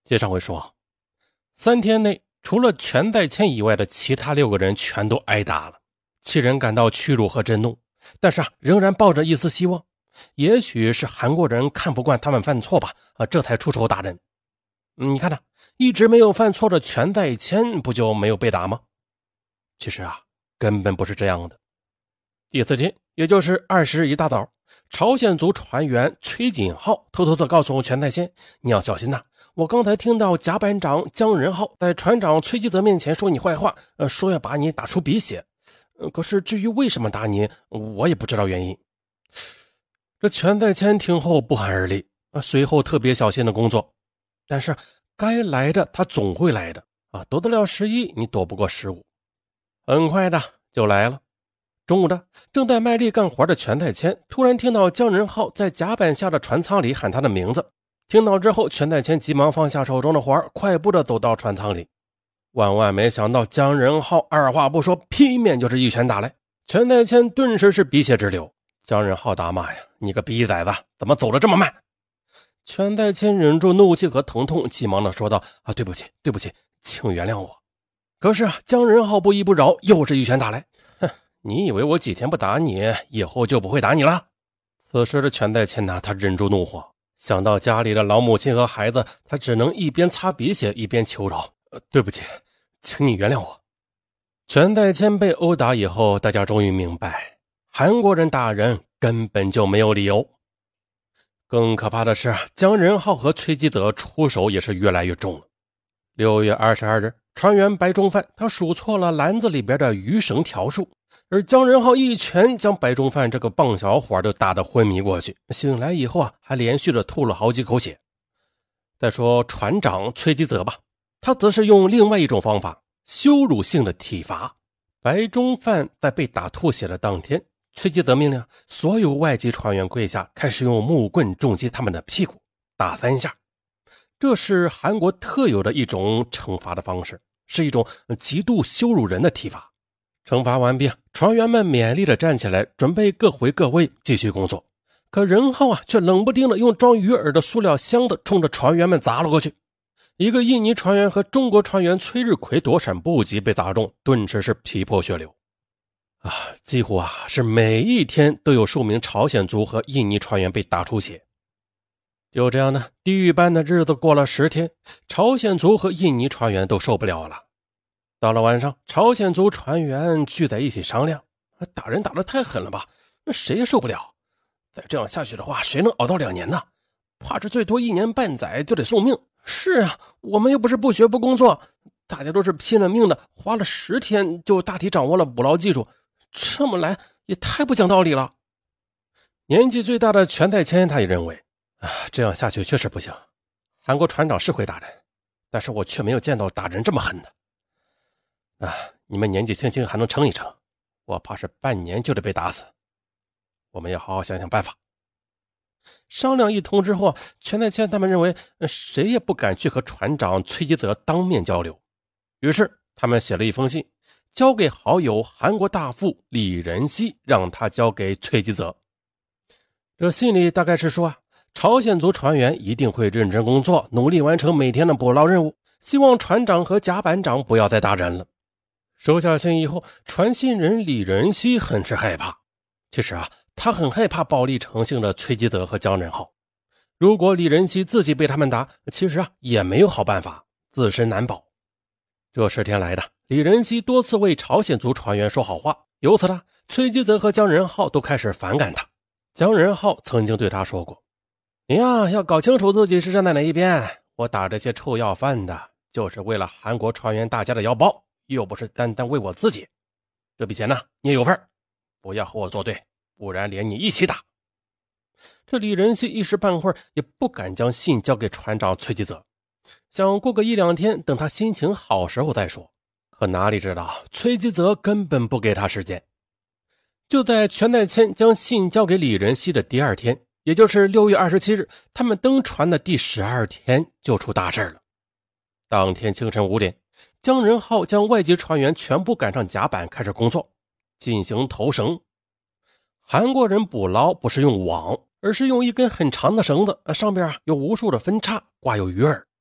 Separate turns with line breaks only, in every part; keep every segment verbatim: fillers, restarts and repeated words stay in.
接上回说，三天内除了全在谦以外的其他六个人全都挨打了，七人感到屈辱和震怒，但是啊，仍然抱着一丝希望，也许是韩国人看不惯他们犯错吧，啊，这才出手打人。嗯，你看呢，一直没有犯错的全在谦不就没有被打吗？其实啊，根本不是这样的。第四天，也就是二十日一大早，朝鲜族船员崔锦浩偷偷的告诉全在谦，你要小心呐、啊，我刚才听到甲板长姜仁浩在船长崔基泽面前说你坏话，呃，说要把你打出鼻血。呃，可是至于为什么打你，我也不知道原因。这全在谦听后不寒而栗，啊，随后特别小心的工作。但是该来的他总会来的啊，躲得了十一，你躲不过十五。很快的就来了。中午的，正在卖力干活的全在谦突然听到姜仁浩在甲板下的船舱里喊他的名字。听到之后，全在谦急忙放下手中的活，快步的走到船舱里。万万没想到，姜仁浩二话不说，劈面就是一拳打来。全在谦顿时是鼻血直流。姜仁浩大骂呀：“你个逼崽子，怎么走得这么慢？”全在谦忍住怒气和疼痛，急忙的说道：“啊，对不起，对不起，请原谅我。”可是啊，姜仁浩不依不饶，又是一拳打来。哼，你以为我几天不打你，以后就不会打你了？此时的全在谦呢，他忍住怒火，想到家里的老母亲和孩子，他只能一边擦鼻血一边求饶：“呃，对不起，请你原谅我。”全在谦被殴打以后，大家终于明白，韩国人打人根本就没有理由。更可怕的是，姜仁浩和崔基泽出手也是越来越重了。六月二十二日，船员白中范他数错了篮子里边的鱼绳条数，而姜仁浩一拳将白中范这个棒小伙就打得昏迷过去，醒来以后啊，还连续的吐了好几口血。再说船长崔基泽吧，他则是用另外一种方法，羞辱性的体罚。白中范在被打吐血的当天，崔基泽命令所有外籍船员跪下，开始用木棍重击他们的屁股，打三下。这是韩国特有的一种惩罚的方式，是一种极度羞辱人的体罚。惩罚完毕，船员们勉力的站起来，准备各回各位继续工作。可仁浩啊，却冷不丁的用装鱼饵的塑料箱子冲着船员们砸了过去。一个印尼船员和中国船员崔日奎躲闪不及被砸中，顿时是皮破血流。啊，几乎啊是每一天都有数名朝鲜族和印尼船员被打出血。就这样呢，地狱般的日子过了十天，朝鲜族和印尼船员都受不了了。到了晚上，朝鲜族船员聚在一起商量，打人打得太狠了吧，那谁也受不了。再这样下去的话，谁能熬到两年呢？怕是最多一年半载就得送命。是啊，我们又不是不学不工作，大家都是拼了命的，花了十天就大体掌握了捕捞技术，这么来也太不讲道理了。年纪最大的全在谦他也认为啊，这样下去确实不行。韩国船长是会打人，但是我却没有见到打人这么狠的。啊，你们年纪轻轻还能撑一撑，我怕是半年就得被打死。我们要好好想想办法。商量一通之后，全在谦他们认为谁也不敢去和船长崔基泽当面交流，于是他们写了一封信，交给好友韩国大副李仁熙，让他交给崔基泽。这信里大概是说啊，朝鲜族船员一定会认真工作，努力完成每天的捕捞任务，希望船长和甲板长不要再打人了。收下信以后，传信人李仁熙很是害怕。其实啊，他很害怕暴力成性的崔基泽和姜仁浩。如果李仁熙自己被他们打，其实啊也没有好办法，自身难保。这十天来的，李仁熙多次为朝鲜族船员说好话，由此呢，崔基泽和姜仁浩都开始反感他。姜仁浩曾经对他说过：“你呀，要搞清楚自己是站在哪一边。我打这些臭要饭的，就是为了韩国船员大家的腰包，又不是单单为我自己。这笔钱呢，你也有份，不要和我作对，不然连你一起打。”这李仁熙一时半会儿也不敢将信交给船长崔基泽，想过个一两天，等他心情好时候再说。可哪里知道，崔基泽根本不给他时间。就在全在谦将信交给李仁熙的第二天，也就是六月二十七日，他们登船的第十二天就出大事了。当天清晨五点，姜仁浩将外籍船员全部赶上甲板，开始工作，进行投绳。韩国人捕捞不是用网，而是用一根很长的绳子，上边有无数的分叉，挂有鱼饵。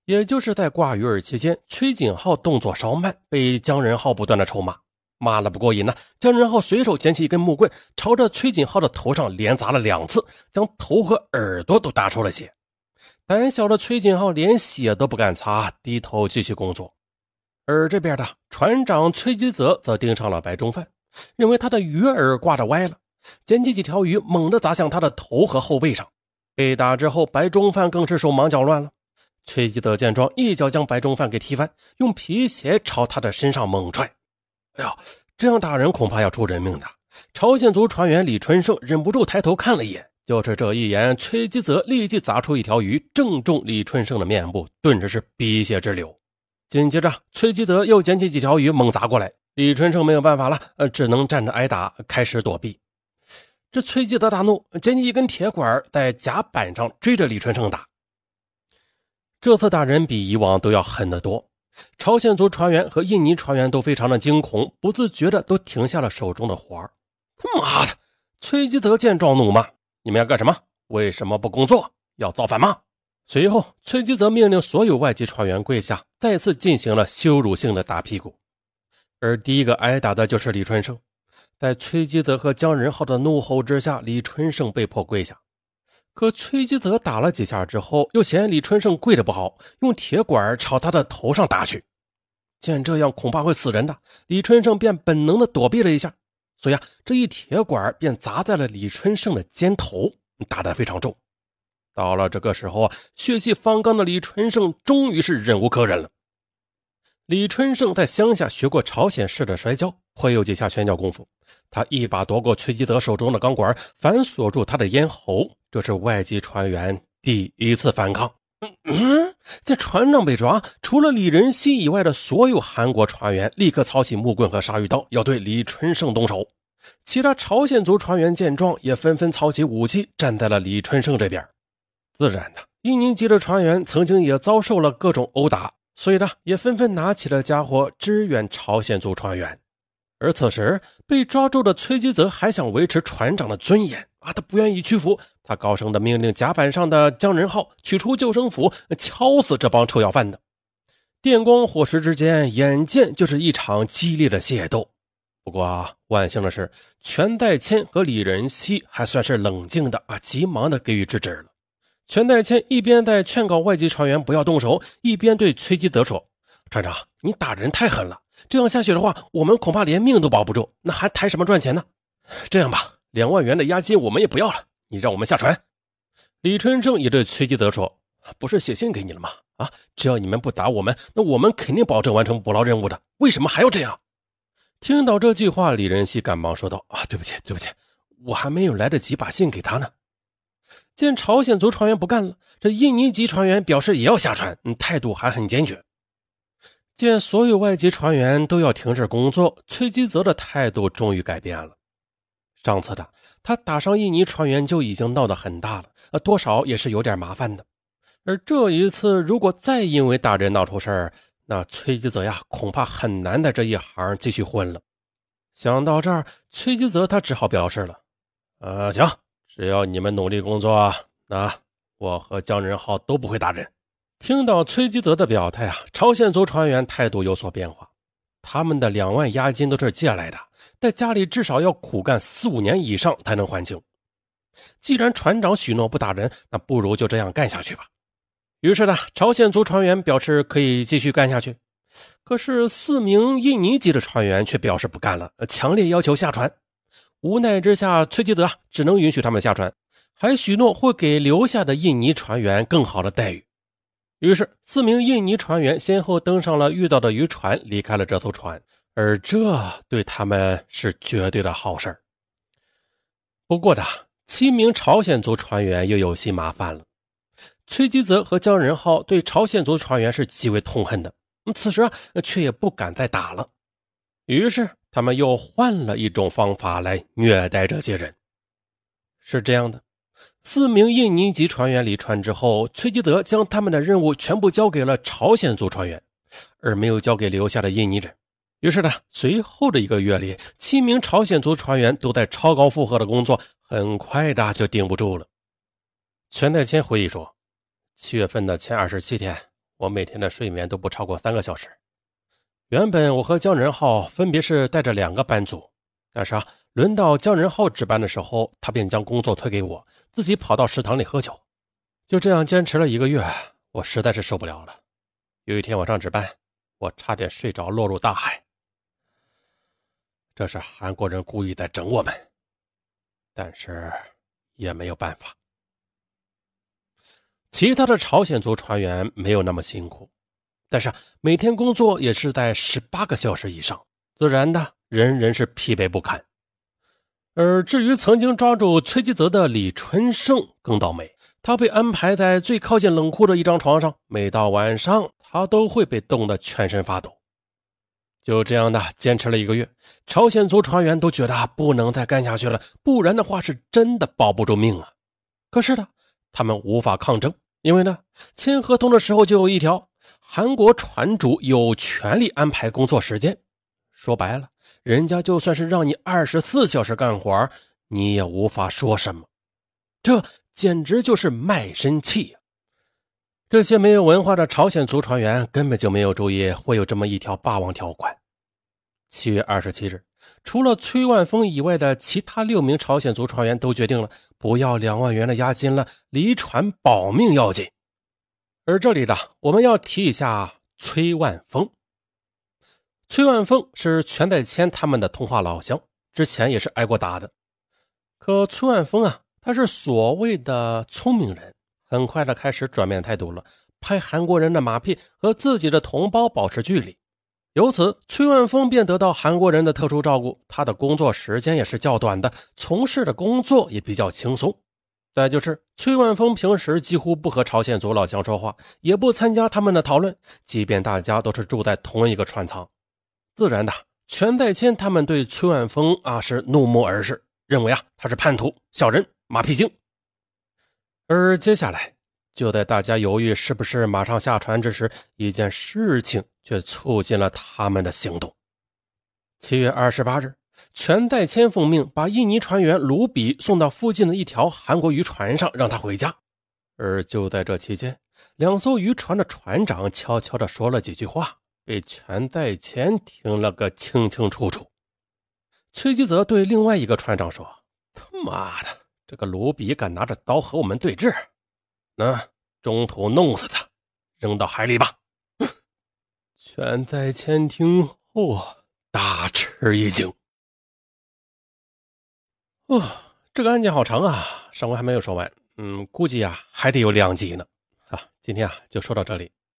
也就是在挂鱼饵期间，崔锦浩动作稍慢，被姜仁浩不断的臭骂。骂了不过瘾呢，姜仁浩随手捡起一根木棍，朝着崔锦浩的头上连砸了两次，将头和耳朵都打出了血。胆小的崔锦浩连血都不敢擦，低头继续工作。而这边的船长崔吉泽则盯上了白中范，认为他的鱼饵挂得歪了，捡起几条鱼猛地砸向他的头和后背上。被打之后，白中范更是手忙脚乱了。崔吉泽见状，一脚将白中范给踢翻，用皮鞋朝他的身上猛踹。哎呀，这样打人恐怕要出人命的。朝鲜族船员李春盛忍不住抬头看了一眼，就是这一眼，崔吉泽立即砸出一条鱼，正中李春盛的面部，顿时是鼻血直流。紧接着，崔吉泽又捡起几条鱼猛砸过来，李春盛没有办法了，呃，只能站着挨打，开始躲避。这崔吉泽大怒，捡起一根铁管，在甲板上追着李春盛打。这次打人比以往都要狠得多，朝鲜族船员和印尼船员都非常的惊恐，不自觉的都停下了手中的活儿。他妈的！崔吉泽见状怒骂：“你们要干什么？为什么不工作？要造反吗？”随后，崔吉泽命令所有外籍船员跪下，再次进行了羞辱性的打屁股。而第一个挨打的就是李春盛。在崔吉泽和姜仁浩的怒吼之下，李春盛被迫跪下。可崔吉泽打了几下之后，又嫌李春盛跪得不好，用铁管朝他的头上打去。见这样恐怕会死人的，李春盛便本能的躲避了一下，所以啊，这一铁管便砸在了李春盛的肩头，打得非常重。到了这个时候啊，血气方刚的李春盛终于是忍无可忍了。李春盛在乡下学过朝鲜式的摔跤，会有几下拳脚功夫。他一把夺过崔吉泽手中的钢管，反锁住他的咽喉。这是外籍船员第一次反抗。嗯嗯，在船上被抓，除了李仁熙以外的所有韩国船员立刻操起木棍和鲨鱼刀，要对李春盛动手。其他朝鲜族船员见状，也纷纷操起武器，站在了李春盛这边。自然的，印尼籍的船员曾经也遭受了各种殴打，所以呢，也纷纷拿起了家伙支援朝鲜族船员。而此时被抓住的崔吉泽还想维持船长的尊严啊，他不愿意屈服，他高声的命令甲板上的姜仁浩取出救生斧，敲死这帮臭要饭的。电光火石之间，眼见就是一场激烈的械斗。不过啊，万幸的是，全代谦和李仁熙还算是冷静的啊，急忙的给予制止了。全代谦一边在劝告外籍船员不要动手，一边对崔吉泽说：“船长，你打人太狠了，这样下去的话，我们恐怕连命都保不住，那还谈什么赚钱呢？这样吧，两万元的押金我们也不要了，你让我们下船。”李春盛也对崔吉泽说：“不是写信给你了吗？啊，只要你们不打我们，那我们肯定保证完成捕捞任务的，为什么还要这样？”听到这句话，李仁熙赶忙说道：“啊，对不起，对不起，我还没有来得及把信给他呢。”见朝鲜族船员不干了，这印尼籍船员表示也要下船，嗯，态度还很坚决。见所有外籍船员都要停止工作，崔吉泽的态度终于改变了。上次的他打伤印尼船员就已经闹得很大了，多少也是有点麻烦的。而这一次如果再因为打人闹出事儿，那崔吉泽呀恐怕很难在这一行继续混了。想到这儿，崔吉泽他只好表示了：“呃，行，只要你们努力工作，那我和姜仁浩都不会打人。”听到崔吉泽的表态啊，朝鲜族船员态度有所变化。他们的两万押金都是借来的，在家里至少要苦干四五年以上才能还清。既然船长许诺不打人，那不如就这样干下去吧。于是呢，朝鲜族船员表示可以继续干下去。可是四名印尼籍的船员却表示不干了，强烈要求下船。无奈之下，崔吉泽只能允许他们下船，还许诺会给留下的印尼船员更好的待遇。于是四名印尼船员先后登上了遇到的渔船，离开了这艘船，而这对他们是绝对的好事。不过的七名朝鲜族船员又有些麻烦了。崔吉泽和姜仁浩对朝鲜族船员是极为痛恨的，此时啊却也不敢再打了。于是他们又换了一种方法来虐待这些人。是这样的，四名印尼籍船员离船之后，崔吉泽将他们的任务全部交给了朝鲜族船员，而没有交给留下的印尼人。于是呢，随后的一个月里，七名朝鲜族船员都在超高负荷的工作，很快的就顶不住了。全代谦回忆说，七月份的前二十七天， 我每天的睡眠都不超过三个小时。原本我和姜仁浩分别是带着两个班组，但是啊，轮到姜仁浩值班的时候，他便将工作推给我，自己跑到食堂里喝酒。就这样坚持了一个月，我实在是受不了了。有一天晚上值班，我差点睡着落入大海。这是韩国人故意在整我们，但是也没有办法。其他的朝鲜族船员没有那么辛苦，但是每天工作也是在十八个小时以上，自然的人人是疲惫不堪。而至于曾经抓住崔基泽的李春胜更倒霉，他被安排在最靠近冷库的一张床上，每到晚上他都会被冻得全身发抖。就这样的坚持了一个月，朝鲜族船员都觉得不能再干下去了，不然的话是真的保不住命啊。可是呢，他们无法抗争，因为呢，签合同的时候就有一条，韩国船主有权利安排工作时间。说白了，人家就算是让你二十四小时干活，你也无法说什么。这简直就是卖身契呀！这些没有文化的朝鲜族船员根本就没有注意会有这么一条霸王条款。七月二十七日，除了崔万峰以外的其他六名朝鲜族船员都决定了不要两万元的押金了，离船保命要紧。而这里的我们要提一下崔万峰。崔万峰是全在谦他们的通话老乡，之前也是挨过打的。可崔万峰啊，他是所谓的聪明人，很快的开始转变态度了，拍韩国人的马屁，和自己的同胞保持距离。由此，崔万峰便得到韩国人的特殊照顾，他的工作时间也是较短的，从事的工作也比较轻松。再就是崔万峰平时几乎不和朝鲜族老乡说话，也不参加他们的讨论，即便大家都是住在同一个船舱。自然的，全在谦他们对崔万峰啊是怒目而视，认为啊他是叛徒、小人、马屁精。而接下来，就在大家犹豫是不是马上下船之时，一件事情却促进了他们的行动。七月二十八日，全在谦奉命把印尼船员卢比送到附近的一条韩国渔船上，让他回家。而就在这期间，两艘渔船的船长悄悄地说了几句话，被全在谦听了个清清楚楚。崔基泽对另外一个船长说：他妈的，这个卢比敢拿着刀和我们对峙，那中途弄死他，扔到海里吧。全在谦听后大吃一惊。哦，这个案件好长啊，上回还没有说完，嗯，估计啊还得有两集呢。啊，今天啊就说到这里，